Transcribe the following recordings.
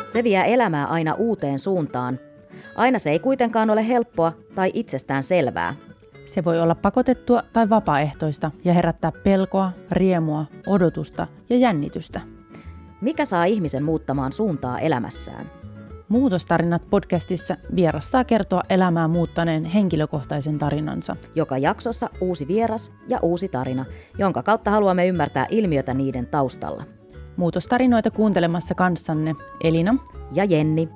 Se vie elämää aina uuteen suuntaan. Aina se ei kuitenkaan ole helppoa tai itsestään selvää. Se voi olla pakotettua tai vapaaehtoista ja herättää pelkoa, riemua, odotusta ja jännitystä. Mikä saa ihmisen muuttamaan suuntaa elämässään? Muutostarinat podcastissa vieras saa kertoa elämää muuttaneen henkilökohtaisen tarinansa. Joka jaksossa uusi vieras ja uusi tarina, jonka kautta haluamme ymmärtää ilmiötä niiden taustalla. Muutostarinoita kuuntelemassa kanssanne Elina ja Jenni.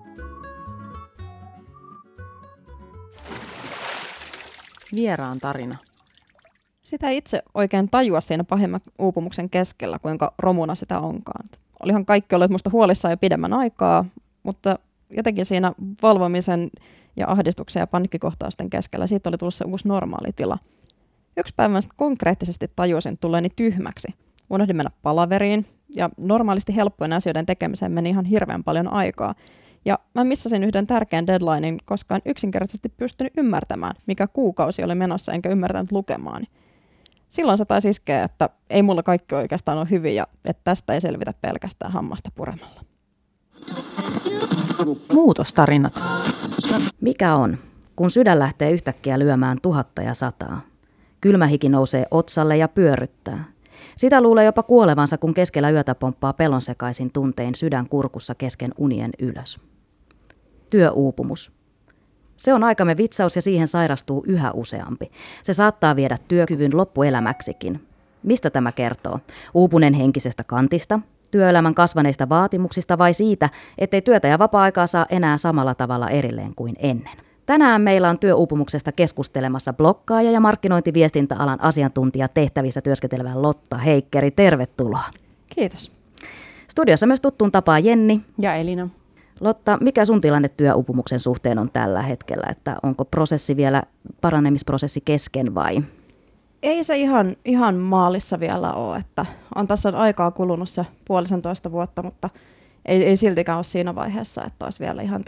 Vieraan tarina. Sitä ei itse oikein tajua siinä pahimman uupumuksen keskellä, kuinka romuna sitä onkaan. Olihan kaikki olleet musta huolissaan jo pidemmän aikaa, mutta jotenkin siinä valvomisen ja ahdistuksen ja paniikkikohtausten keskellä siitä oli tullut se uusi normaali tila. Yksi päivä konkreettisesti tajusin tulleeni tyhmäksi. Unohdin mennä palaveriin ja normaalisti helppojen asioiden tekemiseen meni ihan hirveän paljon aikaa. Ja mä missasin yhden tärkeän deadlinein, koska en yksinkertaisesti pystynyt ymmärtämään, mikä kuukausi oli menossa, enkä ymmärtänyt lukemaani. Silloin se taisi iskeä, että ei mulla kaikki oikeastaan ole hyvin ja että tästä ei selvitä pelkästään hammasta puremalla. Muutostarinat. Mikä on, kun sydän lähtee yhtäkkiä lyömään 1000 ja 100? Kylmähiki nousee otsalle ja pyörryttää. Sitä luulee jopa kuolevansa, kun keskellä yötä pomppaa pelonsekaisin tuntein sydän kurkussa kesken unien ylös. Työuupumus. Se on aikamme vitsaus ja siihen sairastuu yhä useampi. Se saattaa viedä työkyvyn loppuelämäksikin. Mistä tämä kertoo? Uupuneen henkisestä kantista, työelämän kasvaneista vaatimuksista vai siitä, ettei työtä ja vapaa-aikaa saa enää samalla tavalla erilleen kuin ennen? Tänään meillä on työuupumuksesta keskustelemassa blokkaaja ja markkinointiviestintäalan asiantuntija tehtävissä työskentelevä Lotta Heikkeri. Tervetuloa. Kiitos. Studiossa myös tuttuun tapaan Jenni Ja Elina. Lotta, mikä sun tilanne työuupumuksen suhteen on tällä hetkellä? Että onko prosessi vielä, paranemisprosessi kesken vai? Ei se ihan maalissa vielä ole, että on tässä aikaa kulunut se 1,5 vuotta, mutta ei siltikään ole siinä vaiheessa, että olisi vielä ihan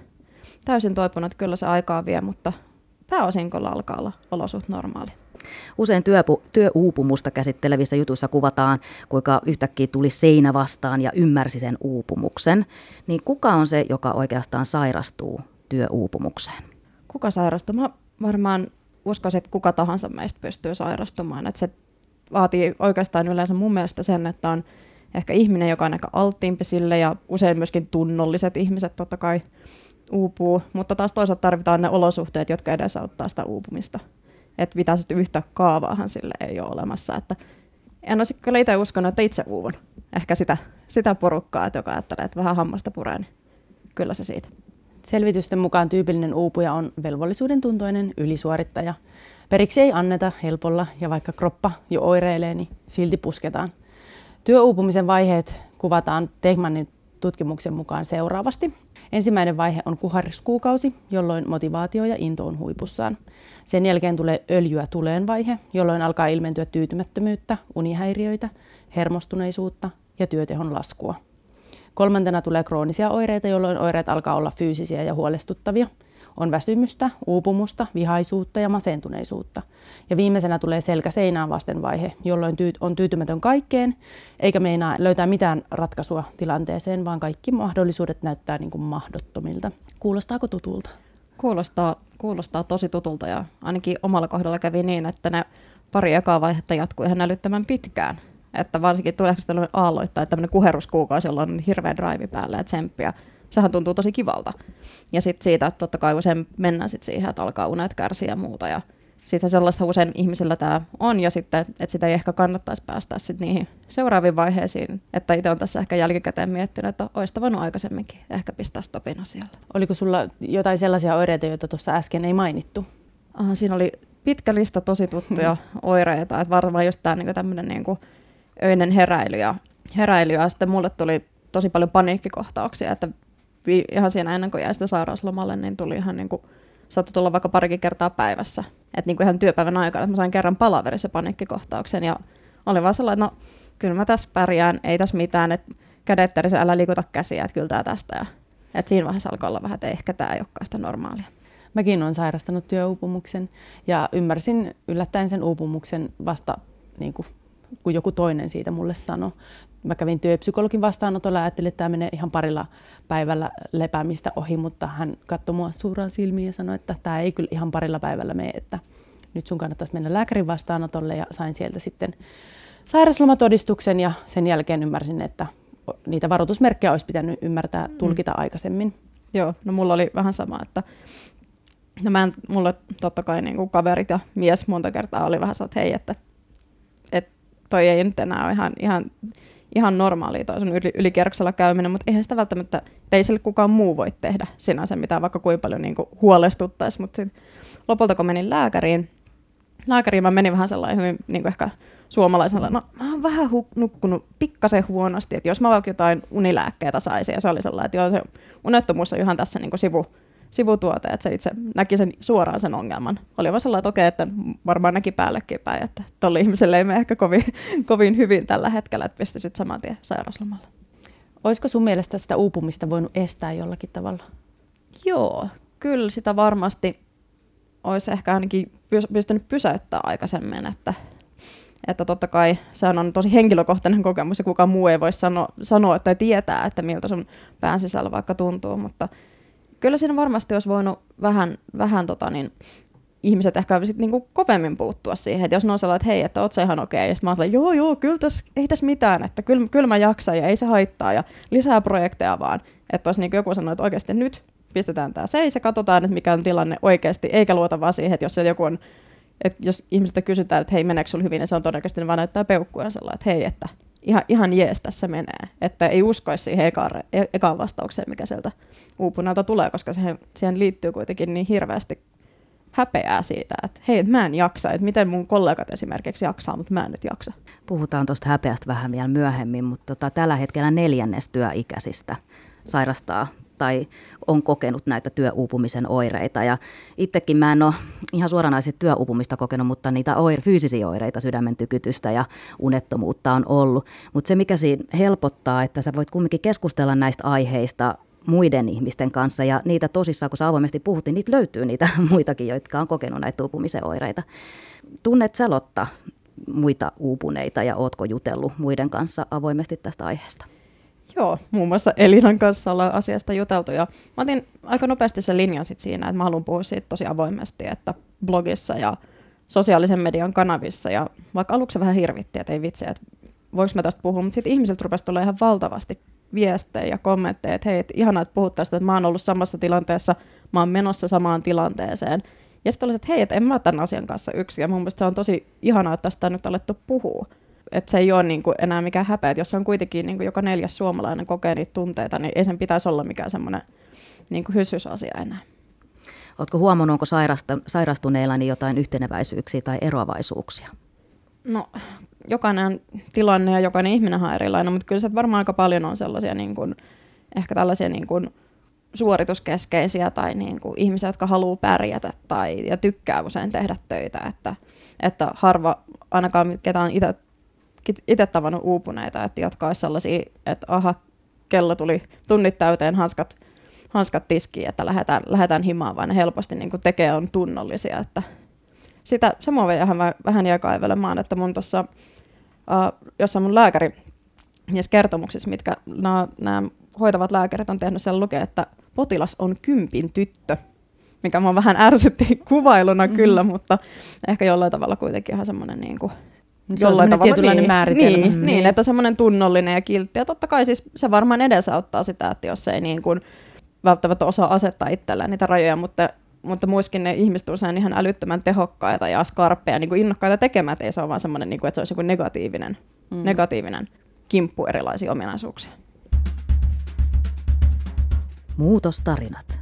täysin toipunut. Kyllä se aikaa vie, mutta pääosinkolla alkaa olla olosuht normaali. Usein työuupumusta käsittelevissä jutuissa kuvataan, kuinka yhtäkkiä tuli seinä vastaan ja ymmärsi sen uupumuksen. Niin kuka on se, joka oikeastaan sairastuu työuupumukseen? Kuka sairastuu? Mä varmaan uskoisin, että kuka tahansa meistä pystyy sairastumaan. Että se vaatii oikeastaan yleensä mun mielestä sen, että on ehkä ihminen, joka on aika alttiimpi sille ja usein myöskin tunnolliset ihmiset totta kai uupuu, mutta taas toisaalta tarvitaan ne olosuhteet, jotka edesauttaa sitä uupumista. Että mitä sitten yhtä kaavaahan sille ei ole olemassa. Että en olisi kyllä itse uskonut, että itse uuvun. Ehkä sitä porukkaa, että joka ajattelee, että vähän hammasta puree, niin kyllä se siitä. Selvitysten mukaan tyypillinen uupuja on velvollisuuden tuntoinen ylisuorittaja. Periksi ei anneta helpolla ja vaikka kroppa jo oireilee, niin silti pusketaan. Työuupumisen vaiheet kuvataan Tekmanin tutkimuksen mukaan seuraavasti. Ensimmäinen vaihe on kuharriskuukausi, jolloin motivaatio ja into on huipussaan. Sen jälkeen tulee öljyä tuleen vaihe, jolloin alkaa ilmentyä tyytymättömyyttä, unihäiriöitä, hermostuneisuutta ja työtehon laskua. Kolmantena tulee kroonisia oireita, jolloin oireet alkaa olla fyysisiä ja huolestuttavia. On väsymystä, uupumusta, vihaisuutta ja masentuneisuutta. Ja viimeisenä tulee selkä seinään vasten vaihe, jolloin on tyytymätön kaikkeen, eikä meinaa löytää mitään ratkaisua tilanteeseen, vaan kaikki mahdollisuudet näyttää niin kuin mahdottomilta. Kuulostaako tutulta? Kuulostaa tosi tutulta ja ainakin omalla kohdalla kävi niin, että ne pari ekaa vaihetta jatkui ihan älyttömän pitkään. Että varsinkin tuleeko tällainen aalloittaa, tämmöinen kuherruskuukausi, jolla on hirveä drive päällä ja tsemppiä. Sehän tuntuu tosi kivalta. Ja sitten siitä, että totta kai usein mennään sit siihen, että alkaa unet kärsiä ja muuta. Ja sitten sellaista usein ihmisillä tämä on, ja sitten, että sitä ei ehkä kannattaisi päästä sitten niihin seuraaviin vaiheisiin. Että itse olen tässä ehkä jälkikäteen miettinyt, että olisi voinut aikaisemminkin ehkä pistää stopin asialle. Oliko sulla jotain sellaisia oireita, joita tuossa äsken ei mainittu? Siinä oli pitkä lista tosi tuttuja oireita. Että varmaan just tämä tämmöinen niinku öinen heräily. Ja sitten mulle tuli tosi paljon paniikkikohtauksia, että ihan siinä ennen kuin jäi sitä sairauslomalle, niin tuli ihan niin kuin, saattoi tulla vaikka parikin kertaa päivässä. Että niin kuin ihan työpäivän aikana, että mä sain kerran palaverissa paniikkikohtauksen ja oli vaan sellainen, että no kyllä mä tässä pärjään, ei tässä mitään, että kädet tärissä, älä liikuta käsiä, että kyllä tää tästä. Ja, että siinä vaiheessa alkoi olla vähän, että ehkä tää ei olekaan sitä normaalia. Mäkin olen sairastanut työuupumuksen ja ymmärsin yllättäen sen uupumuksen vasta niin kuin kun joku toinen siitä mulle sanoi. Mä kävin työpsykologin vastaanotolla ja ajattelin, että tämä menee ihan parilla päivällä lepäämistä ohi, mutta hän katsoi mua suoraan silmiin ja sanoi, että tämä ei kyllä ihan parilla päivällä mene, että nyt sun kannattaisi mennä lääkärin vastaanotolle, ja sain sieltä sitten sairauslomatodistuksen ja sen jälkeen ymmärsin, että niitä varoitusmerkkejä olisi pitänyt ymmärtää tulkita aikaisemmin. Joo, no mulla oli vähän sama, että mulle totta kai niin kuin kaverit ja mies monta kertaa oli vähän että hei, että toi ei nyt enää ole ihan normaalia toi sun ylikierroksella käyminen, mutta eihän sitä välttämättä, ei sille kukaan muu voi tehdä sinänsä mitään, vaikka kuinka paljon niin kuin huolestuttaisi, mutta sitten lopulta kun menin lääkäriin mä menin vähän sellainen hyvin niin kuin ehkä suomalaisella, no mä oon vähän nukkunut pikkasen huonosti, että jos mä vaikka jotain unilääkkeitä saisin, ja se oli sellainen, että joo, se unettomuus on ihan tässä niin kuin sivutuote, että se itse näki sen suoraan sen ongelman. Oli vaan sellainen, että okei, että varmaan näki päällekin päin, että tolle ihmiselle ei mene ehkä kovin hyvin tällä hetkellä, että pisti sitten saman tien sairauslomalla. Olisiko sun mielestä sitä uupumista voinut estää jollakin tavalla? Joo, kyllä sitä varmasti olisi ehkä ainakin pystynyt pysäyttämään aikaisemmin, että totta kai se on tosi henkilökohtainen kokemus ja kukaan muu ei voi sanoa tai tietää, että miltä sun pään sisällä vaikka tuntuu, mutta kyllä siinä varmasti olisi voinut vähän ihmiset ehkä sit niinku kovemmin puuttua siihen, että jos ne on sellainen, että hei, että oot sä ihan okei, ja sitten mä oon sellainen, joo, kyllä ei tässä mitään, että kyllä mä jaksan ja ei se haittaa ja lisää projekteja vaan, että olisi niinku joku sanoo, että oikeasti nyt pistetään tää seis ja katsotaan, että mikä on tilanne oikeasti, eikä luota vaan siihen, että jos se joku on, että jos ihmisiltä kysytään, että hei, meneekö sulla hyvin, niin se on todennäköisesti ne vaan näyttää peukkuja sellainen, että hei, että ihan jees tässä menee, että ei uskoisi siihen ekaan vastaukseen, mikä sieltä uupuneelta tulee, koska siihen liittyy kuitenkin niin hirveästi häpeää siitä, että hei, mä en jaksa, että miten mun kollegat esimerkiksi jaksaa, mutta mä en nyt jaksa. Puhutaan tuosta häpeästä vähän vielä myöhemmin, mutta tällä hetkellä 4/4 työikäisistä sairastaa tai on kokenut näitä työuupumisen oireita. Ja itsekin mä en ole ihan suoranaisesti työuupumista kokenut, mutta niitä fyysisiä oireita, sydämen tykytystä ja unettomuutta on ollut. Mutta se, mikä siinä helpottaa, että sä voit kumminkin keskustella näistä aiheista muiden ihmisten kanssa, ja niitä tosissaan, kun sä avoimesti puhut, niin niitä löytyy niitä muitakin, jotka on kokenut näitä uupumisen oireita. Tunnet sä, Lotta, muita uupuneita, ja ootko jutellut muiden kanssa avoimesti tästä aiheesta? Joo, muun muassa Elinan kanssa ollaan asiasta juteltu, ja mä otin aika nopeasti sen linjan sit siinä, että mä haluan puhua siitä tosi avoimesti, että blogissa ja sosiaalisen median kanavissa, ja vaikka aluksi vähän hirvitti, että ei vitsi, että voinko mä tästä puhua, mutta sitten ihmisiltä rupesi tulla ihan valtavasti viestejä ja kommentteja, että hei, et ihanaa, että puhut tästä, että mä oon ollut samassa tilanteessa, mä oon menossa samaan tilanteeseen. Ja sitten oli, että hei, että en mä tämän asian kanssa yksin, ja mun mielestä se on tosi ihanaa, että tästä on nyt alettu puhua. Että se ei ole niin kuin enää mikään häpeä, että jos se on kuitenkin niin kuin joka 4. suomalainen kokee niitä tunteita, niin ei sen pitäisi olla mikään semmoinen niin kuin hysysasia enää. Oletko huomannut, onko sairastuneilla niin jotain yhteneväisyyksiä tai eroavaisuuksia? No, jokainen tilanne ja jokainen ihminen on erilainen, mutta kyllä se varmaan aika paljon on sellaisia niin kuin, ehkä tällaisia niin kuin suorituskeskeisiä tai niin kuin ihmisiä, jotka haluaa pärjätä ja tykkää usein tehdä töitä, että harva ainakaan ketään itse tavannut uupuneita, että jotka olisi sellaisia, että aha, kello tuli tunnit täyteen, hanskat tiskiin, että lähdetään himaan, vaan ne helposti niin kuin tekee on tunnollisia. Että se mua vähän jäi kaivelemaan, että mun tuossa jossain mun lääkärikertomuksissa, mitkä nämä hoitavat lääkärit on tehnyt, siellä lukee, että potilas on 10 tyttö, mikä mua vähän ärsytti kuvailuna kyllä, mutta ehkä jollain tavalla kuitenkin ihan semmoinen niin kuin se on semmoinen tietynlainen määritelmä. Niin, että semmoinen tunnollinen ja kiltti. Ja totta kai siis se varmaan edesauttaa sitä, että jos ei niin kuin välttämättä osaa asettaa itselleen niitä rajoja, mutta muiskin ne ihmiset usein ihan älyttömän tehokkaita ja skarppeja, niin kuin innokkaita tekemään, että ei se ole vaan semmoinen, niin kuin, että se olisi joku negatiivinen kimppu erilaisia ominaisuuksia. Muutostarinat.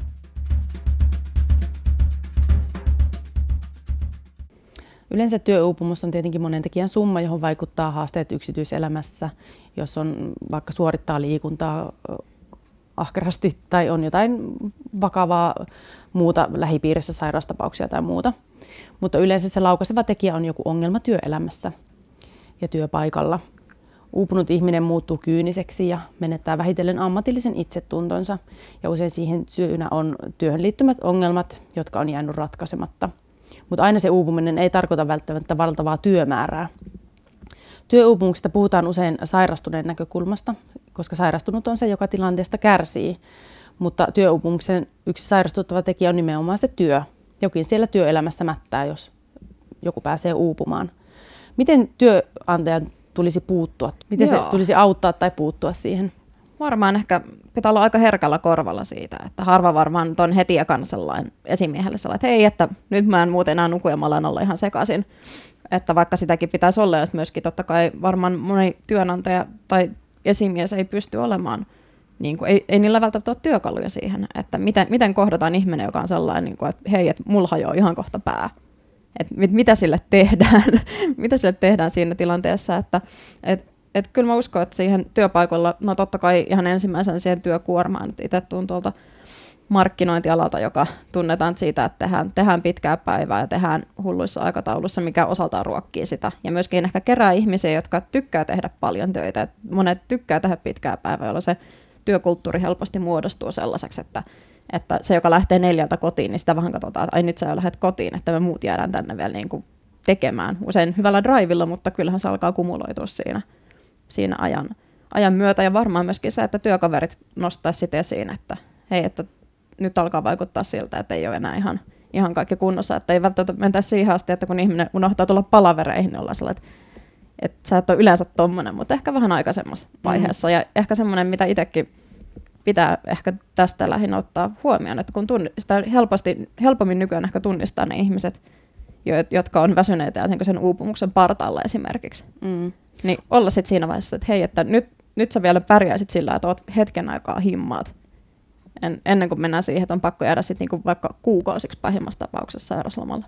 Yleensä työuupumus on tietenkin monen tekijän summa, johon vaikuttaa haasteet yksityiselämässä, jos on vaikka suorittaa liikuntaa ahkerasti tai on jotain vakavaa muuta lähipiirissä, sairaustapauksia tai muuta. Mutta yleensä se laukaiseva tekijä on joku ongelma työelämässä ja työpaikalla. Uupunut ihminen muuttuu kyyniseksi ja menettää vähitellen ammatillisen itsetuntonsa, ja usein siihen syynä on työhön liittymät ongelmat, jotka on jäänyt ratkaisematta. Mutta aina se uupuminen ei tarkoita välttämättä valtavaa työmäärää. Työuupumuksesta puhutaan usein sairastuneen näkökulmasta, koska sairastunut on se, joka tilanteesta kärsii. Mutta työuupumuksen yksi sairastuttava tekijä on nimenomaan se työ. Jokin siellä työelämässä mättää, jos joku pääsee uupumaan. Miten työnantajan tulisi puuttua? Miten se tulisi auttaa tai puuttua siihen? Varmaan ehkä pitää olla aika herkällä korvalla siitä, että harva varmaan on heti ekana sellainen esimiehelle sellainen, että hei, että nyt mä en muuten enää nuku ja mä olen olla ihan sekaisin. Että vaikka sitäkin pitäisi olla, ja myöskin totta kai varmaan moni työnantaja tai esimies ei pysty olemaan, niin kuin, ei niillä välttämättä ole työkaluja siihen, että miten kohdataan ihminen, joka on sellainen, niin kuin, että hei, että mulla hajoaa ihan kohta pää. Että mitä sille tehdään, mitä sille tehdään siinä tilanteessa, että kyllä mä uskon, että siihen työpaikalla, no totta kai ihan ensimmäisen siihen työkuormaan, että itse tuun tuolta markkinointialalta, joka tunnetaan siitä, että tehdään pitkää päivää ja tehdään hulluissa aikataulussa, mikä osaltaan ruokkii sitä. Ja myöskin ehkä kerää ihmisiä, jotka tykkää tehdä paljon töitä. Et monet tykkää tehdä pitkää päivää, jolloin se työkulttuuri helposti muodostuu sellaiseksi, että se, joka lähtee 4 kotiin, niin sitä vähän katsotaan, että ai nyt sä jo lähdet kotiin, että me muut jäädään tänne vielä niin kuin tekemään. Usein hyvällä drivilla, mutta kyllähän se alkaa kumuloitua siinä ajan myötä. Ja varmaan myöskin se, että työkaverit nostaisi sitä esiin, että hei, että nyt alkaa vaikuttaa siltä, että ei ole enää ihan kaikki kunnossa. Että ei välttämättä mentäisi siihen asti, että kun ihminen unohtaa tulla palavereihin, niin ollaan sellainen, että sä et ole yleensä tommonen, mutta ehkä vähän aikaisemmassa vaiheessa. Ja ehkä semmoinen, mitä itsekin pitää ehkä tästä lähinnä ottaa huomioon, että kun sitä helpommin nykyään ehkä tunnistaa ne ihmiset, jotka on väsyneitä ja sen uupumuksen partaalla esimerkiksi, niin olla sitten siinä vaiheessa, että hei, että nyt sä vielä pärjäisit sillä, että oot hetken aikaa himmaat. Ennen kuin mennään siihen, että on pakko jäädä sit niinku vaikka kuukausiksi pahimmassa tapauksessa sairauslomalla.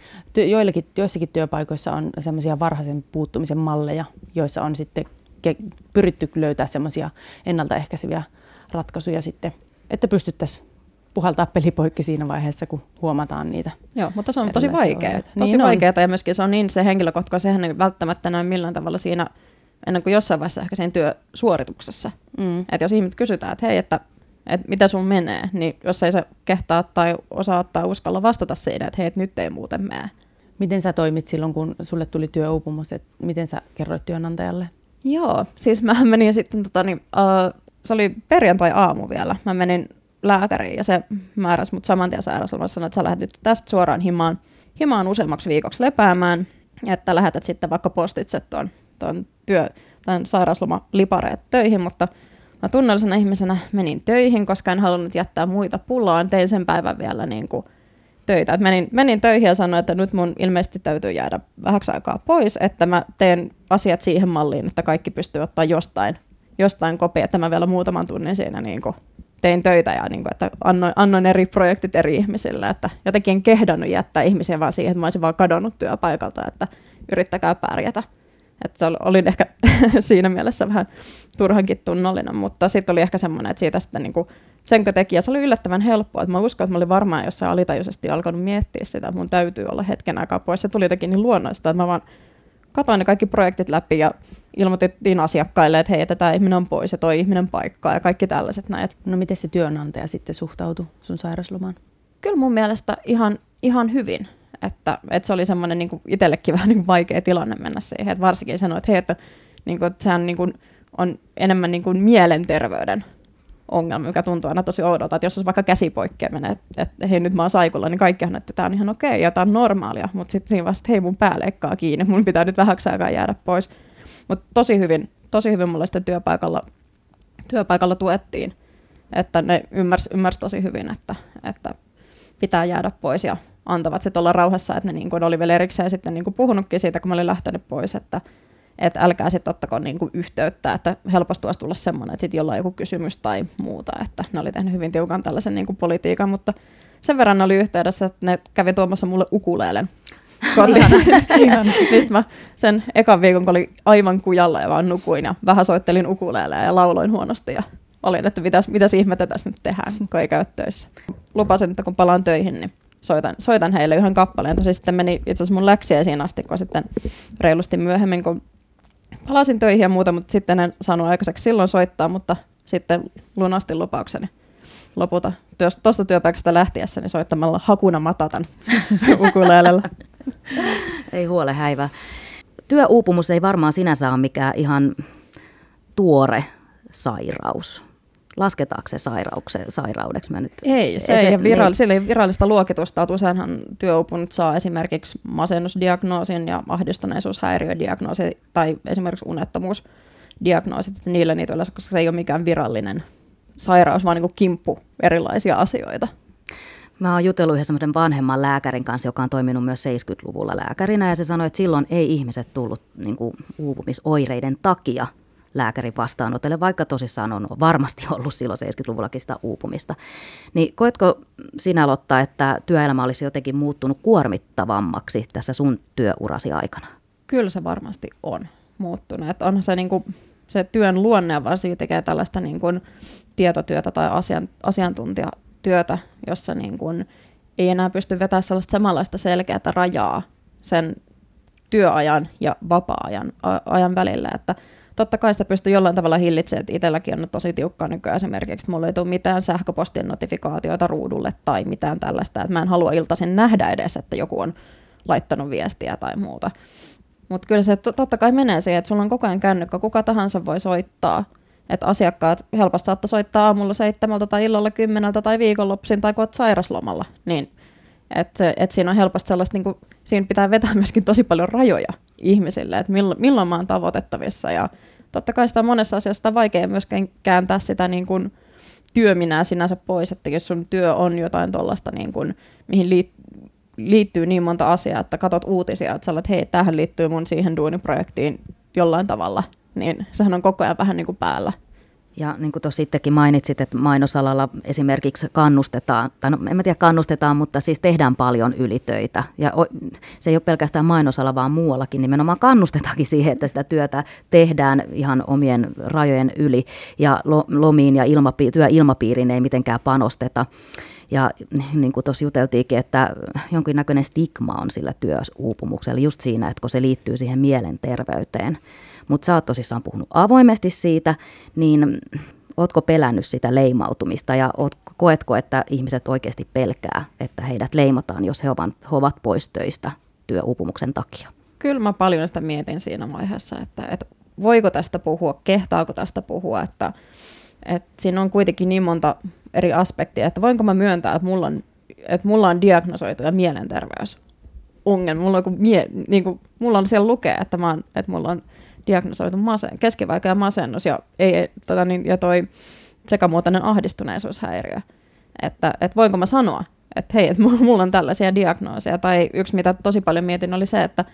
Joissakin työpaikoissa on semmoisia varhaisen puuttumisen malleja, joissa on sitten pyritty löytää semmoisia ennaltaehkäiseviä ratkaisuja sitten, että pystyttäisiin puhaltaa peli poikki siinä vaiheessa, kun huomataan niitä. Joo, mutta se on tosi vaikeaa. Tosi vaikeaa ja myöskin se on niin se henkilökohtainen, sehän ei välttämättä näy millään tavalla siinä, ennen kuin jossain vaiheessa ehkä siinä työsuorituksessa. Että jos ihmiset kysytään, että hei, että mitä sun menee, niin jos ei se kehtaa tai osaa tai uskalla vastata siinä, että hei, että nyt ei muuten mene. Miten sä toimit silloin, kun sulle tuli työuupumus, että miten sä kerroit työnantajalle? Joo, siis mä menin sitten, se oli perjantai-aamu vielä, mä menin lääkäriin ja se määräsi mut saman tien sairauslomalle, sanoi, että sä lähdet tästä suoraan himaan useammaksi viikoksi lepäämään, että lähetät sitten vaikka postitse tämän sairauslomalipareet töihin, mutta mä tunnellisena ihmisenä menin töihin, koska en halunnut jättää muita pulaan. Tein sen päivän vielä niin kuin töitä. Et menin töihin ja sanoin, että nyt mun ilmeisesti täytyy jäädä vähäksi aikaa pois, että mä teen asiat siihen malliin, että kaikki pystyy ottaa jostain kopia, että mä vielä muutaman tunnin siinä niin kuin tein töitä ja niin kuin, että annoin eri projektit eri ihmisille, että jotenkin en kehdannut jättää ihmisiä vaan siihen, että mä olisin vaan kadonnut työpaikalta, että yrittäkää pärjätä. Että olin ehkä siinä mielessä vähän turhankin tunnollinen, mutta sitten oli ehkä semmoinen, että siitä sitten niinku senkö teki, ja se oli yllättävän helppoa, että mä uskon, että mä olin varmaan jossain alitajuisesti alkanut miettiä sitä, että mun täytyy olla hetken aikaa pois. Se tuli jotenkin niin luonnoista, että mä vaan katsoin ne kaikki projektit läpi ja ilmoitettiin asiakkaille, että hei, että tämä ihminen on pois ja toi ihminen paikkaa ja kaikki tällaiset näin. No miten se työnantaja sitten suhtautui sun sairauslomaan? Kyllä mun mielestä ihan hyvin. Että se oli semmoinen niin itsellekin vähän niin vaikea tilanne mennä siihen. Että varsinkin sanoi, että hei, että, niin kuin, että sehän niin kuin, on enemmän niin kuin mielenterveyden ongelma, mikä tuntuu aina tosi oudolta. Että jos olisi vaikka käsi poikkeaa menee, että hei, nyt mä oon saikulla, niin kaikkihan, että tämä on ihan okei ja tämä on normaalia. Mutta sitten siinä vaiheessa, että hei, mun pää leikkaa kiinni, mun pitää nyt vähäksi aikaa jäädä pois. Mutta tosi hyvin mulla sitten työpaikalla tuettiin, että ne ymmärsi tosi hyvin, että pitää jäädä pois ja antavat sitten olla rauhassa, että ne niin kuin oli vielä erikseen sitten niin kuin puhunutkin siitä, kun mä olin lähtenyt pois, että älkää sitten ottako niin kuin yhteyttä, että helposti voisi tulla semmoinen, että sitten jollain on joku kysymys tai muuta, että ne oli tehnyt hyvin tiukan tällaisen niin kuin politiikan, mutta sen verran ne oli yhteydessä, että ne kävi tuomassa mulle ukuleelen kotiin. Mistä mä sen ekan viikon, kun oli aivan kujalla ja vaan nukuin ja vähän soittelin ukuleelea ja lauloin huonosti ja olin, että mitäs ihmettä tässä nyt tehdään, kun ei käy töissä. Lupasin, että kun palaan töihin, niin soitan heille yhden kappaleen. Tosi sitten meni itse asiassa mun läksiä siinä asti, kun sitten reilusti myöhemmin, kun palasin töihin ja muuta, mutta sitten en saanut aikaiseksi silloin soittaa, mutta sitten lunastin lupaukseni lopulta tuosta työpaikasta lähtiessäni soittamalla Hakuna Matatan ukuleelella. Ei huole häivää. Työuupumus ei varmaan sinänsä ole mikään ihan tuore sairaus. Lasketaanko se sairaudeksi? Ei, sillä ei virallista luokitusta. Useinhan työuupunut saa esimerkiksi masennusdiagnoosin ja ahdistuneisuushäiriödiagnoosin tai esimerkiksi unettomuusdiagnoosit. Niillä niitä yleensä, koska se ei ole mikään virallinen sairaus, vaan niin kuin kimppu erilaisia asioita. Mä oon jutellut yhden semmoisen vanhemman lääkärin kanssa, joka on toiminut myös 70-luvulla lääkärinä, ja se sanoi, että silloin ei ihmiset tullut niin kuin uupumisoireiden takia lääkärin vastaanotolle, vaikka tosissaan on varmasti ollut silloin 70-luvullakin sitä uupumista. Niin koetko sinä, Lotta, että työelämä olisi jotenkin muuttunut kuormittavammaksi tässä sun työurasi aikana? Kyllä se varmasti on muuttunut. Että onhan se, niin kuin, se työn luonne varsinkin tekee tällaista niin kuin tietotyötä tai asiantuntijatyötä, jossa niin kuin ei enää pysty vetämään sellaista samanlaista selkeää rajaa sen työajan ja vapaa-ajan välillä, että totta kai sitä pystyy jollain tavalla hillitsemään, että itselläkin on tosi tiukkaa nykyään esimerkiksi, että mulla ei tule mitään sähköpostin notifikaatioita ruudulle tai mitään tällaista, että mä en halua iltaisin nähdä edes, että joku on laittanut viestiä tai muuta. Mutta kyllä se totta kai menee siihen, että sulla on koko ajan kännykkä, kuka tahansa voi soittaa, että asiakkaat helposti saattaa soittaa aamulla 7 tai illalla 10 tai viikonloppuisin tai kun olet sairaslomalla, niin että siinä on helposti sellaista, niin kuin, siinä pitää vetää myöskin tosi paljon rajoja ihmisille, että milloin mä oon tavoitettavissa. Ja totta kai sitä monessa asiassa on vaikea myöskään kääntää sitä niin kuin työminää sinänsä pois, että jos sun työ on jotain tuollaista, niin kuin, mihin liittyy niin monta asiaa, että katsot uutisia, että sä olet, hei, tämähän liittyy mun siihen duuniprojektiin jollain tavalla, niin sehän on koko ajan vähän niin kuin päällä. Ja niin kuin tuossa sittenkin mainitsit, että mainosalalla esimerkiksi kannustetaan, tai no, en mä tiedä kannustetaan, mutta siis tehdään paljon ylitöitä. Ja se ei ole pelkästään mainosala, vaan muuallakin nimenomaan kannustetaankin siihen, että sitä työtä tehdään ihan omien rajojen yli. Ja lomiin ja työilmapiiriin ei mitenkään panosteta. Ja niin kuin tuossa juteltiinkin, että jonkinnäköinen stigma on sillä työuupumuksella just siinä, että kun se liittyy siihen mielenterveyteen. Mutta sä oot tosissaan puhunut avoimesti siitä, niin ootko pelännyt sitä leimautumista ja koetko, että ihmiset oikeasti pelkää, että heidät leimataan, jos he ovat pois töistä työuupumuksen takia? Kyllä mä paljon sitä mietin siinä vaiheessa, että voiko tästä puhua, kehtaako tästä puhua, että siinä on kuitenkin niin monta eri aspektia, että voinko mä myöntää, että mulla on diagnosoituja mielenterveysongelmia. Mulla on siellä lukee, että mulla on diagnosoitu keskivaikea masennus ja toi sekamuotoinen ahdistuneisuushäiriö. Että voinko mä sanoa, että hei, että mulla on tällaisia diagnooseja. Tai yksi, mitä tosi paljon mietin, oli se, että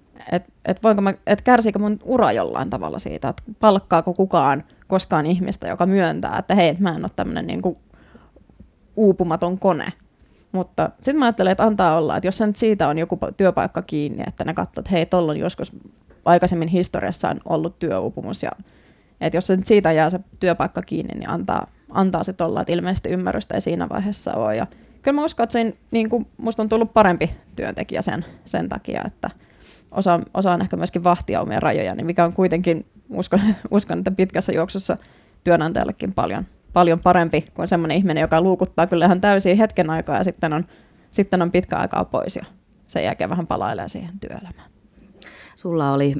kärsiikö mun ura jollain tavalla siitä, että palkkaako kukaan koskaan ihmistä, joka myöntää, että hei, mä en ole tämmöinen niin kuin uupumaton kone. Mutta sitten mä ajattelen, että antaa olla, että jos se nyt siitä on joku työpaikka kiinni, että ne katsoo, että hei, tolla on joskus aikaisemmin historiassaan ollut työuupumus, ja että jos se nyt siitä jää se työpaikka kiinni, niin antaa sitten olla, että ilmeisesti ymmärrystä ei siinä vaiheessa ole. Ja kyllä mä uskon, että se, niin kuin, musta on tullut parempi työntekijä sen takia, että osaan ehkä myöskin vahtia omia rajoja, niin mikä on kuitenkin, uskon, että pitkässä juoksussa työnantajallekin paljon parempi kuin semmoinen ihminen, joka luukuttaa kyllä ihan täysin hetken aikaa ja sitten on pitkä aikaa pois ja sen jälkeen vähän palailee siihen työelämään. Sulla oli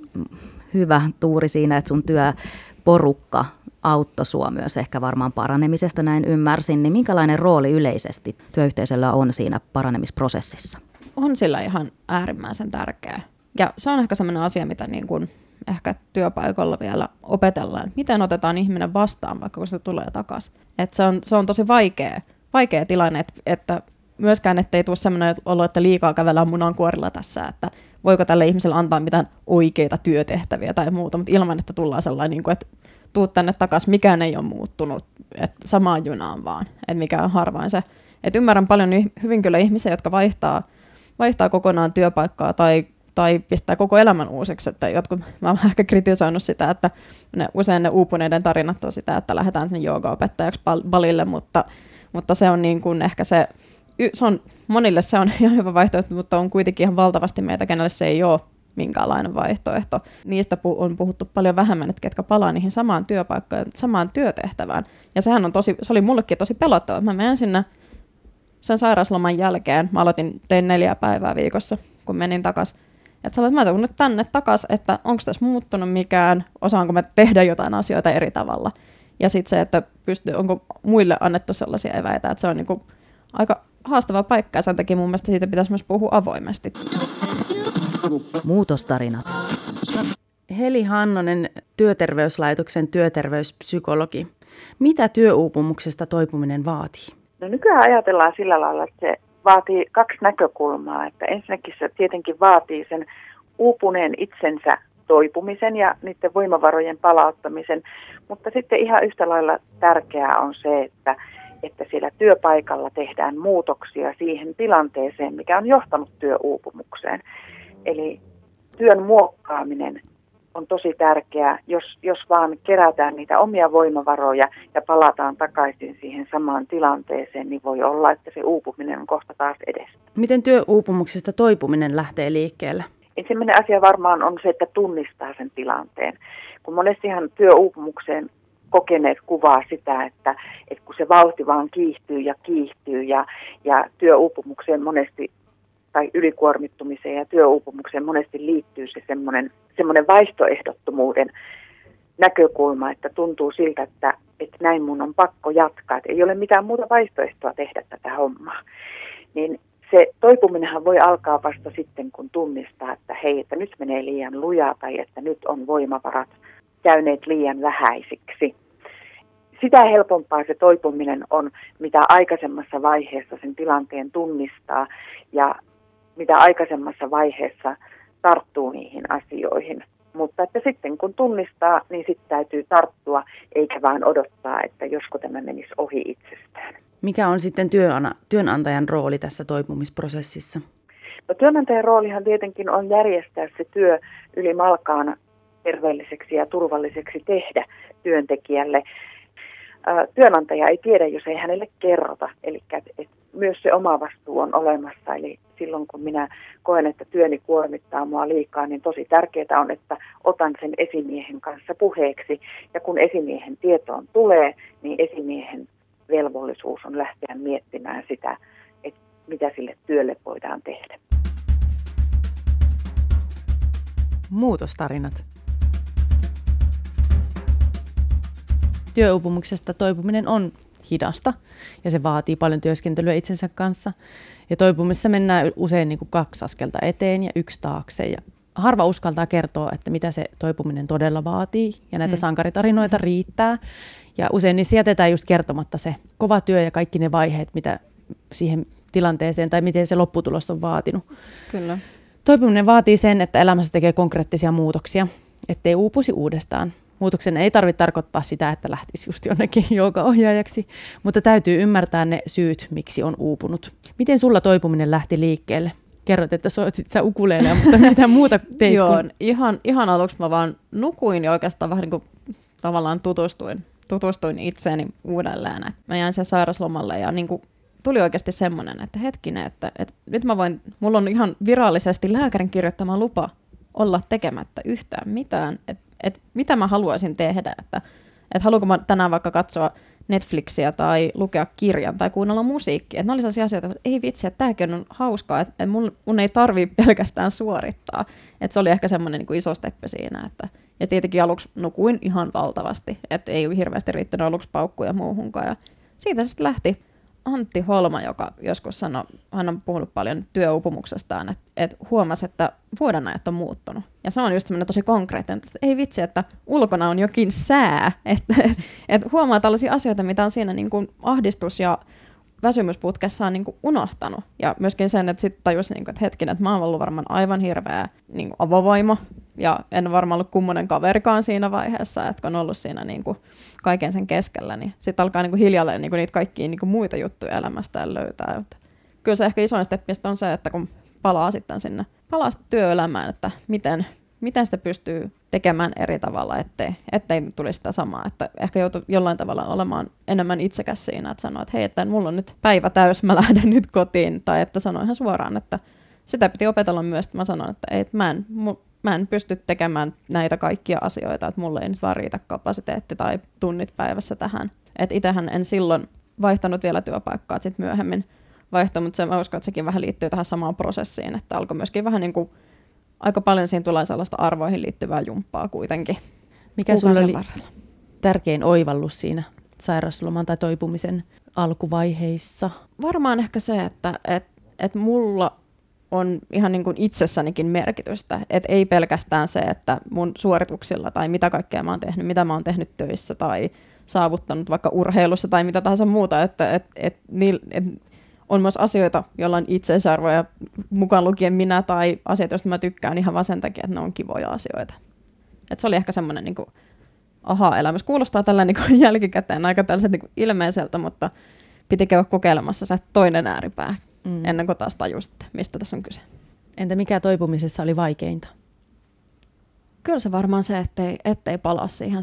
hyvä tuuri siinä, että sun työporukka auttoi sua myös ehkä varmaan paranemisesta, näin ymmärsin. Niin minkälainen rooli yleisesti työyhteisöllä on siinä paranemisprosessissa? On sillä ihan äärimmäisen tärkeä. Ja se on ehkä semmoinen asia, mitä niin kuin ehkä työpaikalla vielä opetellaan, että miten otetaan ihminen vastaan, vaikka kun se tulee takaisin. Että se on tosi vaikea tilanne, että myöskään ettei tule semmoinen olo, että liikaa kävellään munankuorilla tässä, että voiko tälle ihmiselle antaa mitään oikeita työtehtäviä tai muuta, mutta ilman, että tullaan sellainen, että tuut tänne takaisin, mikään ei ole muuttunut, että samaan junaan vaan, että mikä on harvain se. Että ymmärrän paljon hyvin kyllä ihmisiä, jotka vaihtaa kokonaan työpaikkaa tai pistää koko elämän uusiksi, että mä oon ehkä kritisoinut sitä, että usein ne uupuneiden tarinat on sitä, että lähdetään sinne joogaopettajaksi Balille, mutta se on niin kuin ehkä monille se on ihan hyvä vaihtoehto, mutta on kuitenkin ihan valtavasti meitä, kenelle se ei ole minkäänlainen vaihtoehto. Niistä on puhuttu paljon vähemmän, että ketkä palaa niihin samaan työpaikkaan, samaan työtehtävään. Ja se oli mullekin tosi pelottava. Mä menen sinne sen sairausloman jälkeen, tein 4 päivää viikossa, kun menin takaisin. Että sä olet, mä tuun nyt tänne takaisin, että onko tässä muuttunut mikään, osaanko mä tehdä jotain asioita eri tavalla. Ja sitten se, että onko muille annettu sellaisia eväitä, että se on niinku aika haastava paikka ja sen takia mun mielestä siitä pitäisi myös puhua avoimesti. Muutostarinat. Heli Hannonen, Työterveyslaitoksen työterveyspsykologi. Mitä työuupumuksesta toipuminen vaatii? No nykyään ajatellaan sillä lailla, että se vaatii 2 näkökulmaa. Että ensinnäkin se tietenkin vaatii sen uupuneen itsensä toipumisen ja niiden voimavarojen palauttamisen. Mutta sitten ihan yhtä lailla tärkeää on se, että siellä työpaikalla tehdään muutoksia siihen tilanteeseen, mikä on johtanut työuupumukseen. Eli työn muokkaaminen on tosi tärkeää, jos vaan kerätään niitä omia voimavaroja ja palataan takaisin siihen samaan tilanteeseen, niin voi olla, että se uupuminen on kohta taas edessä. Miten työuupumuksesta toipuminen lähtee liikkeelle? Ensimmäinen asia varmaan on se, että tunnistaa sen tilanteen. Kun monestihan työuupumukseen kokeneet kuvaa sitä, että kun se vauhti vaan kiihtyy ja työuupumukseen monesti tai ylikuormittumiseen ja työuupumukseen monesti liittyy se semmoinen vaihtoehdottomuuden näkökulma, että tuntuu siltä, että näin mun on pakko jatkaa, että ei ole mitään muuta vaihtoehtoa tehdä tätä hommaa. Niin se toipuminenhan voi alkaa vasta sitten, kun tunnistaa, että hei, että nyt menee liian lujaa tai että nyt on voimavarat käyneet liian vähäisiksi. Sitä helpompaa se toipuminen on, mitä aikaisemmassa vaiheessa sen tilanteen tunnistaa ja mitä aikaisemmassa vaiheessa tarttuu niihin asioihin. Mutta että sitten kun tunnistaa, niin sitten täytyy tarttua, eikä vaan odottaa, että josko tämä menisi ohi itsestään. Mikä on sitten työnantajan rooli tässä toipumisprosessissa? No, työnantajan roolihan tietenkin on järjestää se työ yli malkaan terveelliseksi ja turvalliseksi tehdä työntekijälle. Työnantaja ei tiedä, jos ei hänelle kerrota, eli myös se oma vastuu on olemassa. Eli silloin kun minä koen, että työni kuormittaa mua liikaa, niin tosi tärkeää on, että otan sen esimiehen kanssa puheeksi. Ja kun esimiehen tietoon tulee, niin esimiehen velvollisuus on lähteä miettimään sitä, että mitä sille työlle voidaan tehdä. Muutostarinat. Työuupumuksesta toipuminen on hidasta ja se vaatii paljon työskentelyä itsensä kanssa. Ja toipumisessa mennään usein niin kuin 2 askelta eteen ja 1 taakse. Ja harva uskaltaa kertoa, että mitä se toipuminen todella vaatii. Ja näitä sankaritarinoita riittää. Ja usein niissä jätetään just kertomatta se kova työ ja kaikki ne vaiheet, mitä siihen tilanteeseen tai miten se lopputulos on vaatinut. Kyllä. Toipuminen vaatii sen, että elämässä tekee konkreettisia muutoksia, ettei uupuisi uudestaan. Muutoksen ei tarvitse tarkoittaa sitä, että lähtisi just jonnekin joogaohjaajaksi, mutta täytyy ymmärtää ne syyt, miksi on uupunut. Miten sulla toipuminen lähti liikkeelle? Kerroit, että soitit sä ukuleleja, mutta mitä muuta teit? Joo, ihan aluksi mä vaan nukuin ja oikeastaan vähän niin kuin tavallaan tutustuin itseeni uudelleen. Mä jäin sen sairaslomalle ja niin kuin tuli oikeasti semmoinen, että hetkinen, että nyt mulla on ihan virallisesti lääkärin kirjoittama lupa olla tekemättä yhtään mitään, että mitä mä haluaisin tehdä, että haluanko mä tänään vaikka katsoa Netflixiä tai lukea kirjan tai kuunnella musiikkia. Että ne oli sellaisia asioita, että ei vitsi, että tämäkin on hauskaa, että mun ei tarvitse pelkästään suorittaa. Että se oli ehkä semmoinen niin kuin iso steppi siinä. Ja tietenkin aluksi nukuin ihan valtavasti, että ei hirveästi riittänyt aluksi paukkuja muuhunkaan. Ja siitä sitten lähti Antti Holma, joka joskus sanoi, hän on puhunut paljon työuupumuksestaan, että huomasi, että vuodenajat on muuttunut. Ja se on just semmoinen tosi konkreettinen, että ei vitsi, että ulkona on jokin sää. Että huomaa tällaisia asioita, mitä on siinä niin kuin ahdistus- ja väsymysputkessa on niin kuin unohtanut. Ja myöskin sen, että sitten tajusi, niin kuin, että hetkinen, että mä oon ollut varmaan aivan hirveä niin kuin avovoima. Ja en varmaan ollut kummonen kaverikaan siinä vaiheessa, että kun on ollut siinä niin kuin kaiken sen keskellä, niin sitten alkaa niin kuin hiljalleen niin kuin niitä kaikkia niin kuin muita juttuja elämästään löytää. Mutta kyllä se ehkä isoin steppi on se, että kun palaa sitten työelämään, että miten sitä pystyy tekemään eri tavalla, ettei tulisi sitä samaa. Että ehkä joutuu jollain tavalla olemaan enemmän itsekäs siinä, että sanoo, että hei, että mulla on nyt päivä täys, mä lähden nyt kotiin. Tai että sanoo ihan suoraan, että sitä piti opetella myös, että mä sanon, että ei, mä en pysty tekemään näitä kaikkia asioita, että mulle ei nyt vaan riitä kapasiteetti tai tunnit päivässä tähän. Että itsehän en silloin vaihtanut vielä työpaikkaa, sitten myöhemmin vaihtoi, mutta mä uskon, että sekin vähän liittyy tähän samaan prosessiin, että alkoi myöskin vähän niin kuin aika paljon siinä tulee sellaista arvoihin liittyvää jumppaa kuitenkin. Mikä sulla oli tärkein oivallus siinä sairausloman tai toipumisen alkuvaiheissa? Varmaan ehkä se, että mulla on ihan niin kuin itsessänikin merkitystä. Että ei pelkästään se, että mun suorituksilla tai mitä kaikkea mä oon tehnyt, mitä mä oon tehnyt töissä tai saavuttanut vaikka urheilussa tai mitä tahansa muuta, että on myös asioita, joilla on itseisarvoja, mukaan lukien minä tai asiat, joista mä tykkään ihan vaan sen takia, että ne on kivoja asioita. Et se oli ehkä semmoinen niin kuin aha-elämys. Kuulostaa tällä niin kuin jälkikäteen aika tällaiset niin kuin ilmeiseltä, mutta piti käydä kokeilemassa se toinen ääripää ennen kuin taas tajusitte, mistä tässä on kyse. Entä mikä toipumisessa oli vaikeinta? Kyllä se varmaan se, ettei palaa siihen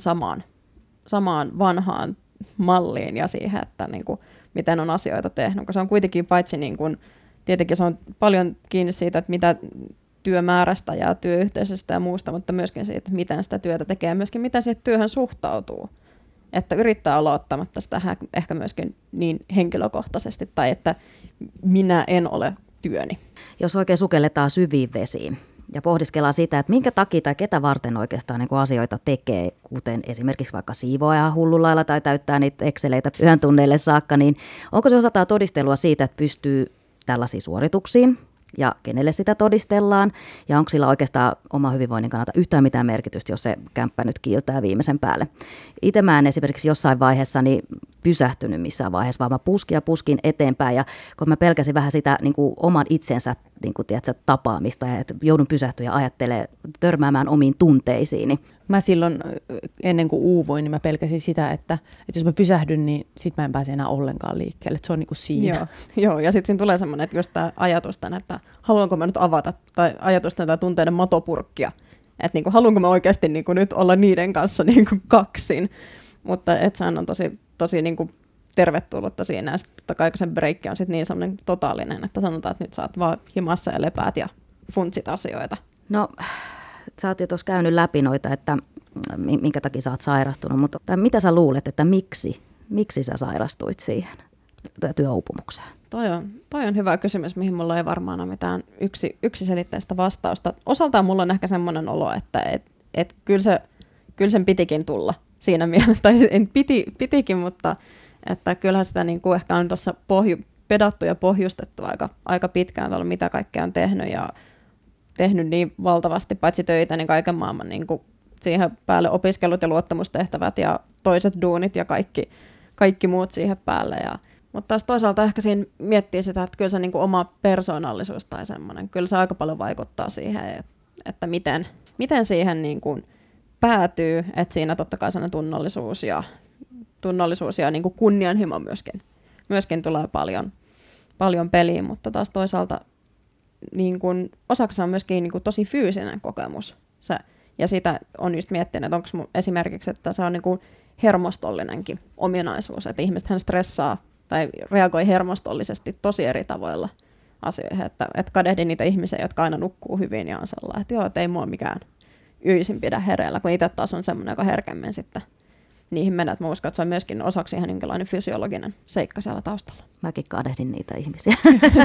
samaan vanhaan malliin ja siihen, että niin kuin, miten on asioita tehnyt. Kun se on kuitenkin paitsi, niin kuin, tietenkin se on paljon kiinni siitä, että mitä työmäärästä ja työyhteisöstä ja muusta, mutta myöskin siitä, että miten sitä työtä tekee ja myöskin miten siihen työhön suhtautuu. Että yrittää olla ottamatta sitä ehkä myöskin niin henkilökohtaisesti tai että minä en ole työni. Jos oikein sukelletaan syviin vesiin ja pohdiskellaan sitä, että minkä takia tai ketä varten oikeastaan niin kuin asioita tekee, kuten esimerkiksi vaikka siivoaa hullulla lailla tai täyttää niitä exceleitä yhden tunneille saakka, niin onko se osataan todistelua siitä, että pystyy tällaisiin suorituksiin ja kenelle sitä todistellaan ja onko sillä oikeastaan oma hyvinvoinnin kannalta yhtään mitään merkitystä, jos se kämppä nyt kiiltää viimeisen päälle. Itse mä en esimerkiksi jossain vaiheessa niin pysähtynyt missään vaiheessa, vaan mä puskin eteenpäin ja kun mä pelkäsin vähän sitä niin kuin oman itsensä niin kuin, tiedätkö, tapaamista ja että joudun pysähtyä ja ajattelemaan, törmäämään omiin tunteisiin. Niin. Mä silloin ennen kuin uuvuin, niin mä pelkäsin sitä, että jos mä pysähdyn, niin sit mä en pääse enää ollenkaan liikkeelle. Että se on niin kuin siinä. Joo, ja sitten siinä tulee semmoinen, että just tämä ajatusten, että haluanko mä nyt avata tai ajatusten tai tunteiden matopurkkia. Että niin kuin, haluanko mä oikeasti niin kuin nyt olla niiden kanssa niin kuin kaksin. Mutta sehän on tosi niin kuin tervetullutta siinä. Ja sitten totta kai se breikki on sit niin semmoinen totaalinen, että sanotaan, että nyt sä oot vaan himassa ja lepäät ja funtsit asioita. No, sä oot jo tuossa käynyt läpi noita, että minkä takia sä oot sairastunut, mutta mitä sä luulet, että miksi sä sairastuit siihen työuupumukseen? Toi on hyvä kysymys, mihin mulla ei varmaan ole mitään yksiselitteistä vastausta. Osaltaan mulla on ehkä semmoinen olo, että kyllä sen pitikin tulla siinä mielessä, tai pitikin, mutta että kyllähän sitä niin kuin ehkä on tuossa pedattu ja pohjustettu aika pitkään, mitä kaikkea on tehnyt ja tehnyt niin valtavasti, paitsi töitä, niin kaiken maailman niin kuin siihen päälle opiskelut ja luottamustehtävät ja toiset duunit ja kaikki muut siihen päälle. Mutta taas toisaalta ehkä siinä miettii sitä, että kyllä se niin kuin oma persoonallisuus tai semmoinen, kyllä se aika paljon vaikuttaa siihen, että miten siihen niin kuin päätyy, että siinä totta kai sellainen tunnollisuus ja niin kuin kunnianhimo myöskin tulee paljon peliin, mutta taas toisaalta niin kuin, osaksi se on myöskin niin kuin tosi fyysinen kokemus. Ja sitä on just miettinyt, että onko esimerkiksi, että se on niin kuin hermostollinenkin ominaisuus, että ihmisethän stressaa tai reagoi hermostollisesti tosi eri tavoilla asioihin, että kadehdin niitä ihmisiä, jotka aina nukkuu hyvin ja on sellainen, että joo, että ei mua mikään yöisin pidä hereillä, kun itse taas on semmoinen, joka herkemmin sitten niihin mennä, että mä uskon, että se on myöskin osaksi ihan jonkinlainen fysiologinen seikka siellä taustalla. Mäkin kadehdin niitä ihmisiä.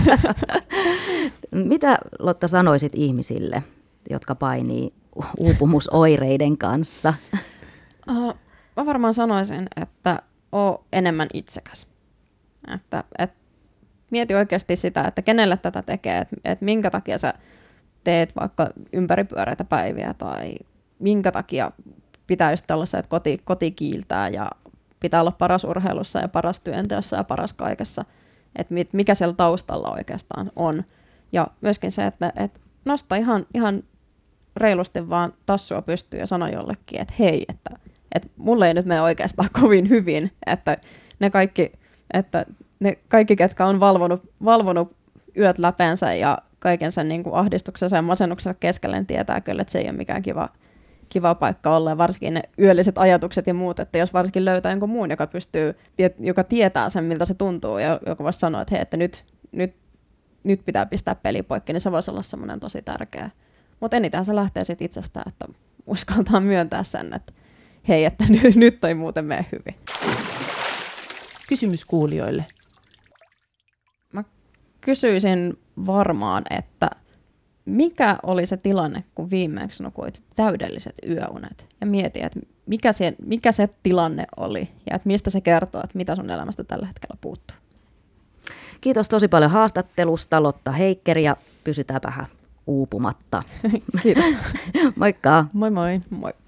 Mitä, Lotta, sanoisit ihmisille, jotka painii uupumusoireiden kanssa? Mä varmaan sanoisin, että oo enemmän itsekäs. Että mieti oikeasti sitä, että kenelle tätä tekee, että minkä takia sä teet vaikka ympäripyöreitä päiviä tai minkä takia pitää just tällaisia, että koti kiiltää ja pitää olla paras urheilussa ja paras työnteossa ja paras kaikessa, että mikä siellä taustalla oikeastaan on. Ja myöskin se, että nosta ihan reilusti vaan tassua pystyyn ja sano jollekin, että hei, että mulle ei nyt mene oikeastaan kovin hyvin, että ne kaikki ketkä on valvonut yöt läpeensä ja kaiken sen niin kuin ahdistuksensa ja masennuksensa keskellä, niin tietää kyllä, että se ei ole mikään kiva paikka olla, ja varsinkin ne yölliset ajatukset ja muut, että jos varsinkin löytää jonkun muun, joka tietää sen, miltä se tuntuu, ja joka voisi sanoa, että hei, että nyt pitää pistää peli poikki, niin se voisi olla semmoinen tosi tärkeä. Mutta eniten se lähtee siitä itsestään, että uskaltaa myöntää sen, että hei, että nyt ei muuten mene hyvin. Kysymys kuulijoille. Mä kysyisin varmaan, että mikä oli se tilanne, kun viimeksi nukuit täydelliset yöunet? Ja mieti, että mikä se tilanne oli ja että mistä se kertoo, että mitä sun elämästä tällä hetkellä puuttuu. Kiitos tosi paljon haastattelusta, Lotta Heikkeri, ja pysytään vähän uupumatta. Kiitos. Moikka! Moi moi! Moi.